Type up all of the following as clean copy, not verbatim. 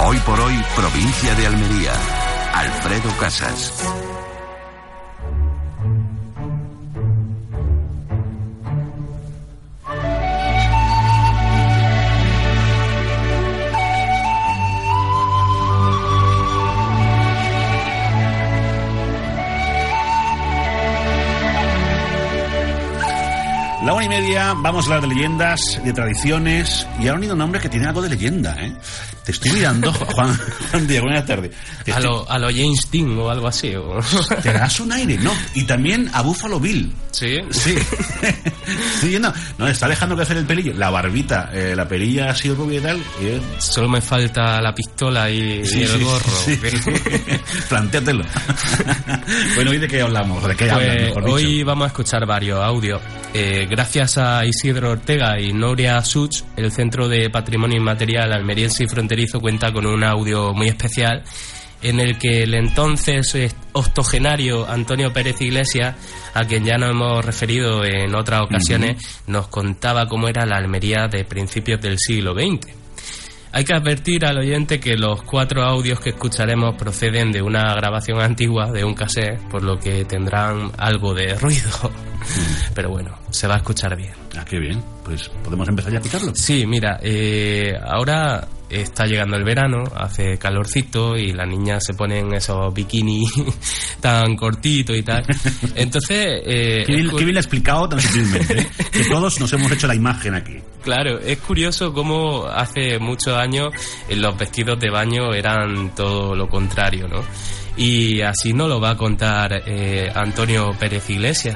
Hoy por hoy, provincia de Almería. Alfredo Casas. La 1:30, vamos a hablar de leyendas, de tradiciones, y ha unido un nombre que tiene algo de leyenda, ¿eh? Te estoy mirando, Juan Diego, buenas tardes. A lo James Dean o algo así. O... Te das un aire, ¿no? Y también a Buffalo Bill. ¿Sí? Sí. Sí, no, está dejando crecer el pelillo. La barbita, la perilla ha sido rubia y tal. Solo me falta la pistola y el gorro. Sí. Plantéatelo. Bueno, ¿y de qué hablamos? ¿De qué hablas, mejor dicho? Hoy vamos a escuchar varios audios. Gracias a Isidro Ortega y Nuria Such, el Centro de Patrimonio Inmaterial Almeriense y Fronterizo cuenta con un audio muy especial en el que el entonces octogenario Antonio Pérez Iglesias, a quien ya nos hemos referido en otras ocasiones, nos contaba cómo era la Almería de principios del siglo XX. Hay que advertir al oyente que los 4 audios que escucharemos proceden de una grabación antigua de un cassette, por lo que tendrán algo de ruido. Pero bueno, se va a escuchar bien. Ah, qué bien. Pues podemos empezar ya a picarlo. Sí, mira, ahora está llegando el verano, hace calorcito y las niñas se ponen esos bikinis tan cortitos y tal. Entonces... qué bien explicado tan sutilmente, ¿eh? Que todos nos hemos hecho la imagen aquí. Claro, es curioso cómo hace muchos años los vestidos de baño eran todo lo contrario, ¿no? Y así nos lo va a contar Antonio Pérez Iglesias.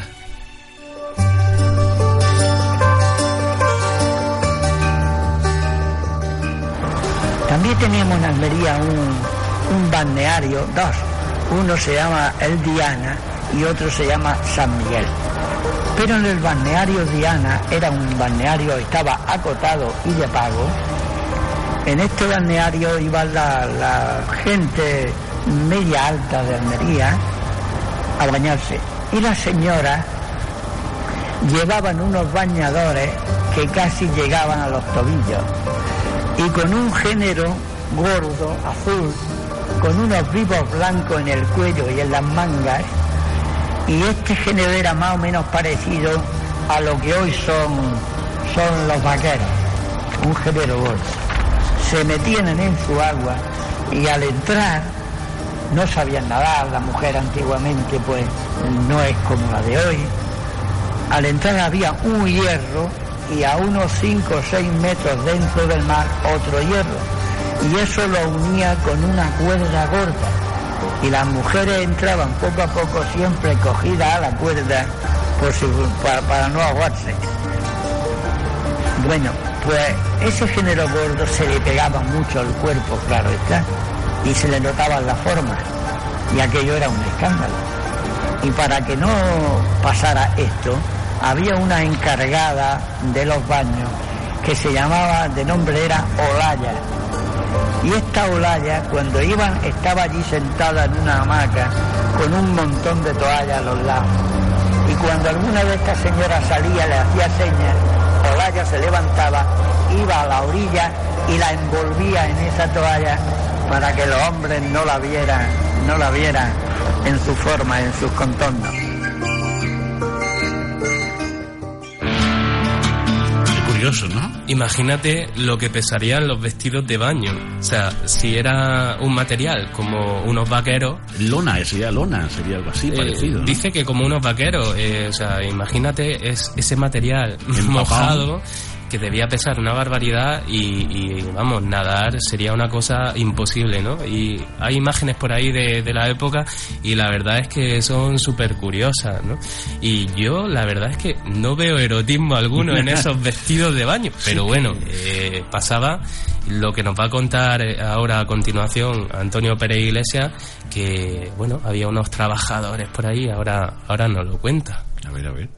También teníamos en Almería un balneario, 2. Uno se llama el Diana y otro se llama San Miguel. Pero en el balneario Diana era un balneario, estaba acotado y de pago. En este balneario iba la gente media alta de Almería a bañarse. Y las señoras llevaban unos bañadores que casi llegaban a los tobillos. Y con un género gordo, azul, con unos vivos blancos en el cuello y en las mangas. Y este género era más o menos parecido a lo que hoy son los vaqueros, un género gordo. Se metían en su agua y al entrar no sabían nadar. La mujer antiguamente pues no es como la de hoy. Al entrar había un hierro y a unos 5 o 6 metros dentro del mar otro hierro. Y eso lo unía con una cuerda gorda. Y las mujeres entraban poco a poco siempre cogidas a la cuerda para no ahogarse. Bueno, pues ese género gordo se le pegaba mucho al cuerpo, claro está, y se le notaban las formas, y aquello era un escándalo. Y para que no pasara esto, había una encargada de los baños que se llamaba, de nombre era Olaya. Y esta Olaya, cuando iban, estaba allí sentada en una hamaca con un montón de toallas a los lados. Y cuando alguna de estas señoras salía, le hacía señas, Olaya se levantaba, iba a la orilla y la envolvía en esa toalla para que los hombres no la vieran en su forma, en sus contornos. Curioso, ¿no? Imagínate lo que pesarían los vestidos de baño. O sea, si era un material como unos vaqueros... Lona, sería algo así parecido, ¿no? Dice que como unos vaqueros. O sea, imagínate ese material mojado que debía pesar una barbaridad y vamos, nadar sería una cosa imposible, ¿no? Y hay imágenes por ahí de la época y la verdad es que son súper curiosas, ¿no? Y yo la verdad es que no veo erotismo alguno en esos vestidos de baño, pero bueno, pasaba lo que nos va a contar ahora a continuación Antonio Pérez Iglesias, que bueno, había unos trabajadores por ahí, ahora nos lo cuenta. A ver.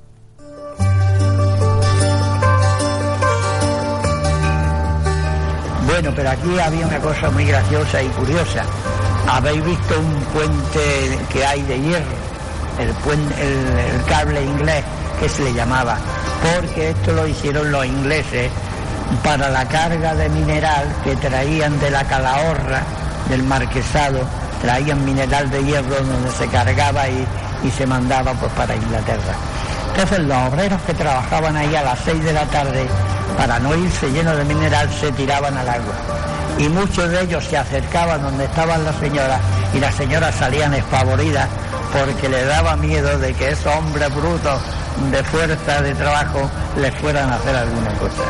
Bueno, pero aquí había una cosa muy graciosa y curiosa. Habéis visto un puente que hay de hierro, el cable inglés que se le llamaba, porque esto lo hicieron los ingleses para la carga de mineral que traían de la Calahorra, del Marquesado, traían mineral de hierro donde se cargaba y se mandaba pues para Inglaterra. Entonces los obreros que trabajaban ahí a las 6 de la tarde, para no irse llenos de mineral, se tiraban al agua. Y muchos de ellos se acercaban donde estaban las señoras, y las señoras salían espavoridas porque les daba miedo de que esos hombres brutos de fuerza de trabajo les fueran a hacer alguna cosa.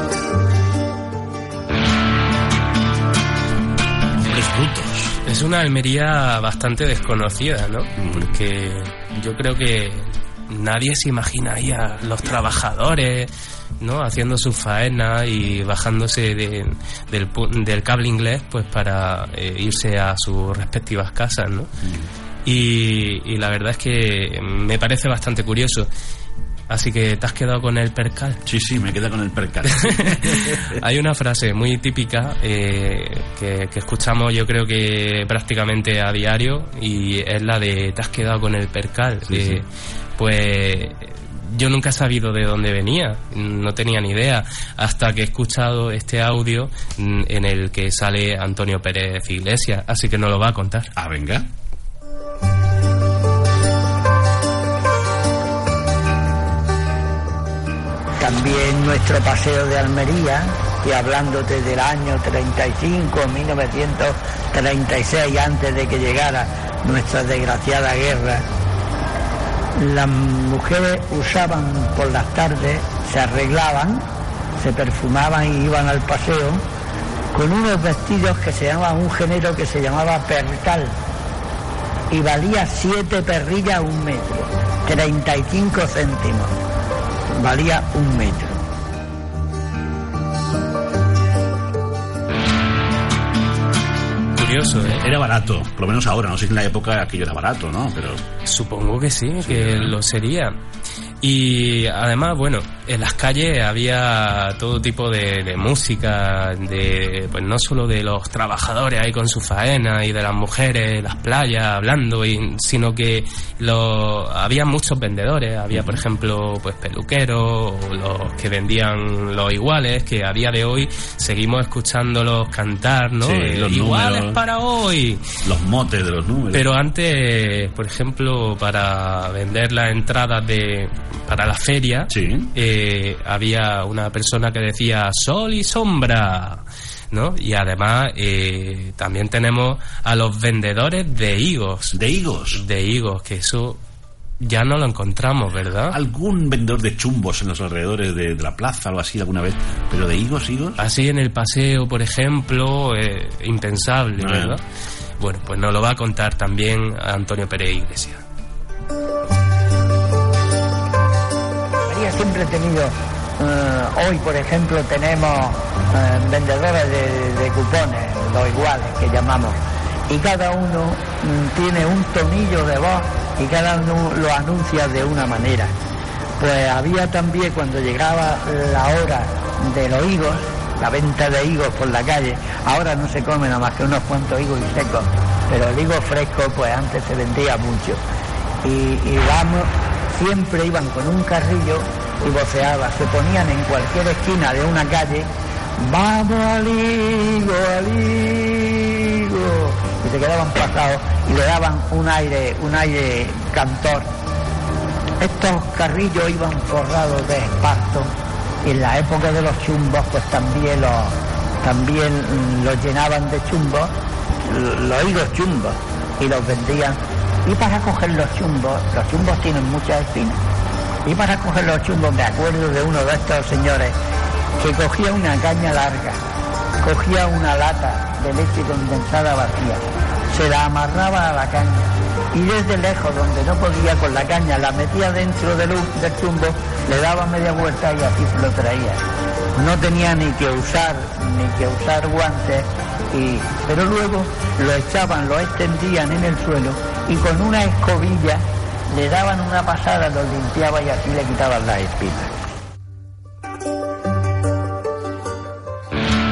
Hombres brutos. Es una Almería bastante desconocida, ¿no? Porque yo creo que nadie se imagina ahí a los trabajadores, ¿no?, haciendo su faena y bajándose del cable inglés pues para irse a sus respectivas casas, ¿no? Y la verdad es que me parece bastante curioso. Así que te has quedado con el percal. Sí, me quedo con el percal. Hay una frase muy típica que escuchamos, yo creo que prácticamente a diario, y es la de te has quedado con el percal. Sí. Pues yo nunca he sabido de dónde venía, no tenía ni idea, hasta que he escuchado este audio en el que sale Antonio Pérez Iglesias, así que nos lo va a contar. Ah, venga. También nuestro paseo de Almería, y hablándote del año 35, 1936, antes de que llegara nuestra desgraciada guerra, las mujeres usaban por las tardes, se arreglaban, se perfumaban y iban al paseo con unos vestidos que se llamaban, un género que se llamaba percal, y valía 7 perrillas a 1 metro, 35 céntimos. Valía 1 metro. Curioso, ¿eh? Era barato, por lo menos ahora, no sé si en la época aquello era barato, ¿no? Pero supongo que sí, que lo sería. Y además, bueno, en las calles había todo tipo de música, pues no solo de los trabajadores ahí con su faena y de las mujeres, las playas hablando, sino que había muchos vendedores. Había, por ejemplo, pues peluqueros, o los que vendían los iguales, que a día de hoy seguimos escuchándolos cantar, ¿no? Sí, los iguales números, para hoy. Los motes de los números. Pero antes, por ejemplo, para vender las entradas para la feria, sí, había una persona que decía sol y sombra, ¿no? Y además también tenemos a los vendedores de higos. ¿De higos? De higos, que eso ya no lo encontramos, ¿verdad? Algún vendedor de chumbos en los alrededores de la plaza, algo así, alguna vez, pero de higos. Así en el paseo, por ejemplo, impensable, ¿verdad? Bueno, pues nos lo va a contar también Antonio Pérez Iglesias. Siempre he tenido, hoy por ejemplo tenemos vendedores de cupones, los iguales que llamamos, y cada uno tiene un tonillo de voz y cada uno lo anuncia de una manera. Pues había también, cuando llegaba la hora de los higos, la venta de higos por la calle, ahora no se come nada más que unos cuantos higos y secos, pero el higo fresco pues antes se vendía mucho, y siempre iban con un carrillo y voceaban, se ponían en cualquier esquina de una calle, vamos al higo, y se quedaban pasados y le daban un aire cantor. Estos carrillos iban forrados de esparto, y en la época de los chumbos pues también los llenaban de chumbos, los higos chumbos, y los vendían. Y para coger los chumbos tienen muchas espinas, y para coger los chumbos me acuerdo de uno de estos señores que cogía una caña larga, cogía una lata de leche condensada vacía, se la amarraba a la caña y desde lejos, donde no podía con la caña, la metía dentro del chumbo, le daba media vuelta y así lo traía. No tenía ni que usar guantes, pero luego lo echaban, lo extendían en el suelo y con una escobilla le daban una pasada, lo limpiaba y así le quitaban las espinas.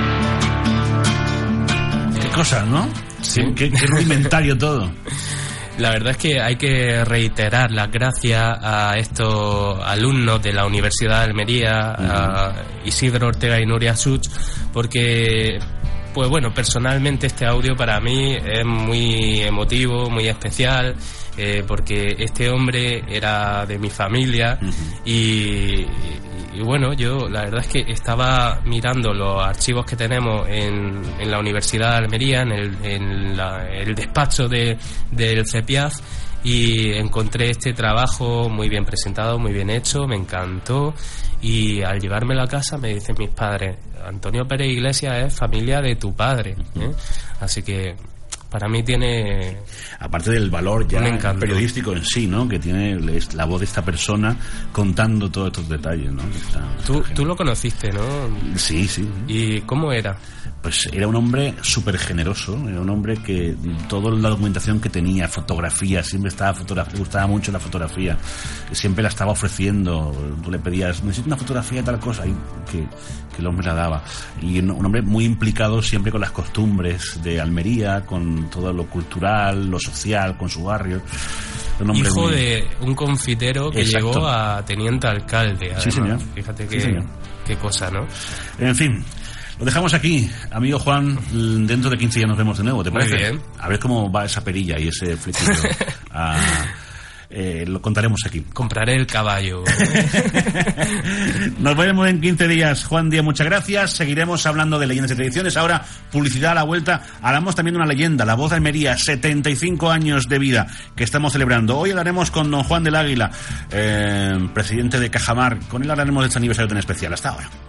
Qué cosas, ¿no? Sí. Qué rudimentario todo. La verdad es que hay que reiterar las gracias a estos alumnos de la Universidad de Almería, a Isidro Ortega y Nuria Such, porque, pues bueno, personalmente este audio para mí es muy emotivo, muy especial, porque este hombre era de mi familia y bueno, yo la verdad es que estaba mirando los archivos que tenemos en la Universidad de Almería, en el despacho del CEPIAF, y encontré este trabajo muy bien presentado, muy bien hecho, me encantó, y al llevármelo a casa me dicen mis padres: Antonio Pérez Iglesias es familia de tu padre, ¿eh? Así que para mí tiene... Aparte del valor ya periodístico en sí, ¿no? Que tiene la voz de esta persona contando todos estos detalles, ¿no? Tú lo conociste, ¿no? Sí, sí. ¿Y cómo era? Pues era un hombre súper generoso, era un hombre que toda la documentación que tenía, fotografía, siempre le gustaba mucho la fotografía, siempre la estaba ofreciendo. Tú le pedías: necesito una fotografía de tal cosa, y que el hombre la daba. Y un hombre muy implicado siempre con las costumbres de Almería, con todo lo cultural, lo social, con su barrio. Hijo de un confitero que Exacto. llegó a teniente alcalde, además. Sí, señor. Fíjate Sí, qué cosa, ¿no? En fin, lo dejamos aquí, amigo Juan. Dentro de 15 días nos vemos de nuevo, ¿te parece? Muy bien. A ver cómo va esa perilla y ese flequillo. Lo contaremos aquí. Compraré el caballo. Nos veremos en 15 días. Juan Díaz, muchas gracias. Seguiremos hablando de leyendas y tradiciones. Ahora, publicidad a la vuelta. Hablamos también de una leyenda, la voz de Almería, 75 años de vida que estamos celebrando. Hoy hablaremos con don Juan del Águila, presidente de Cajamar. Con él hablaremos de este aniversario tan especial. Hasta ahora.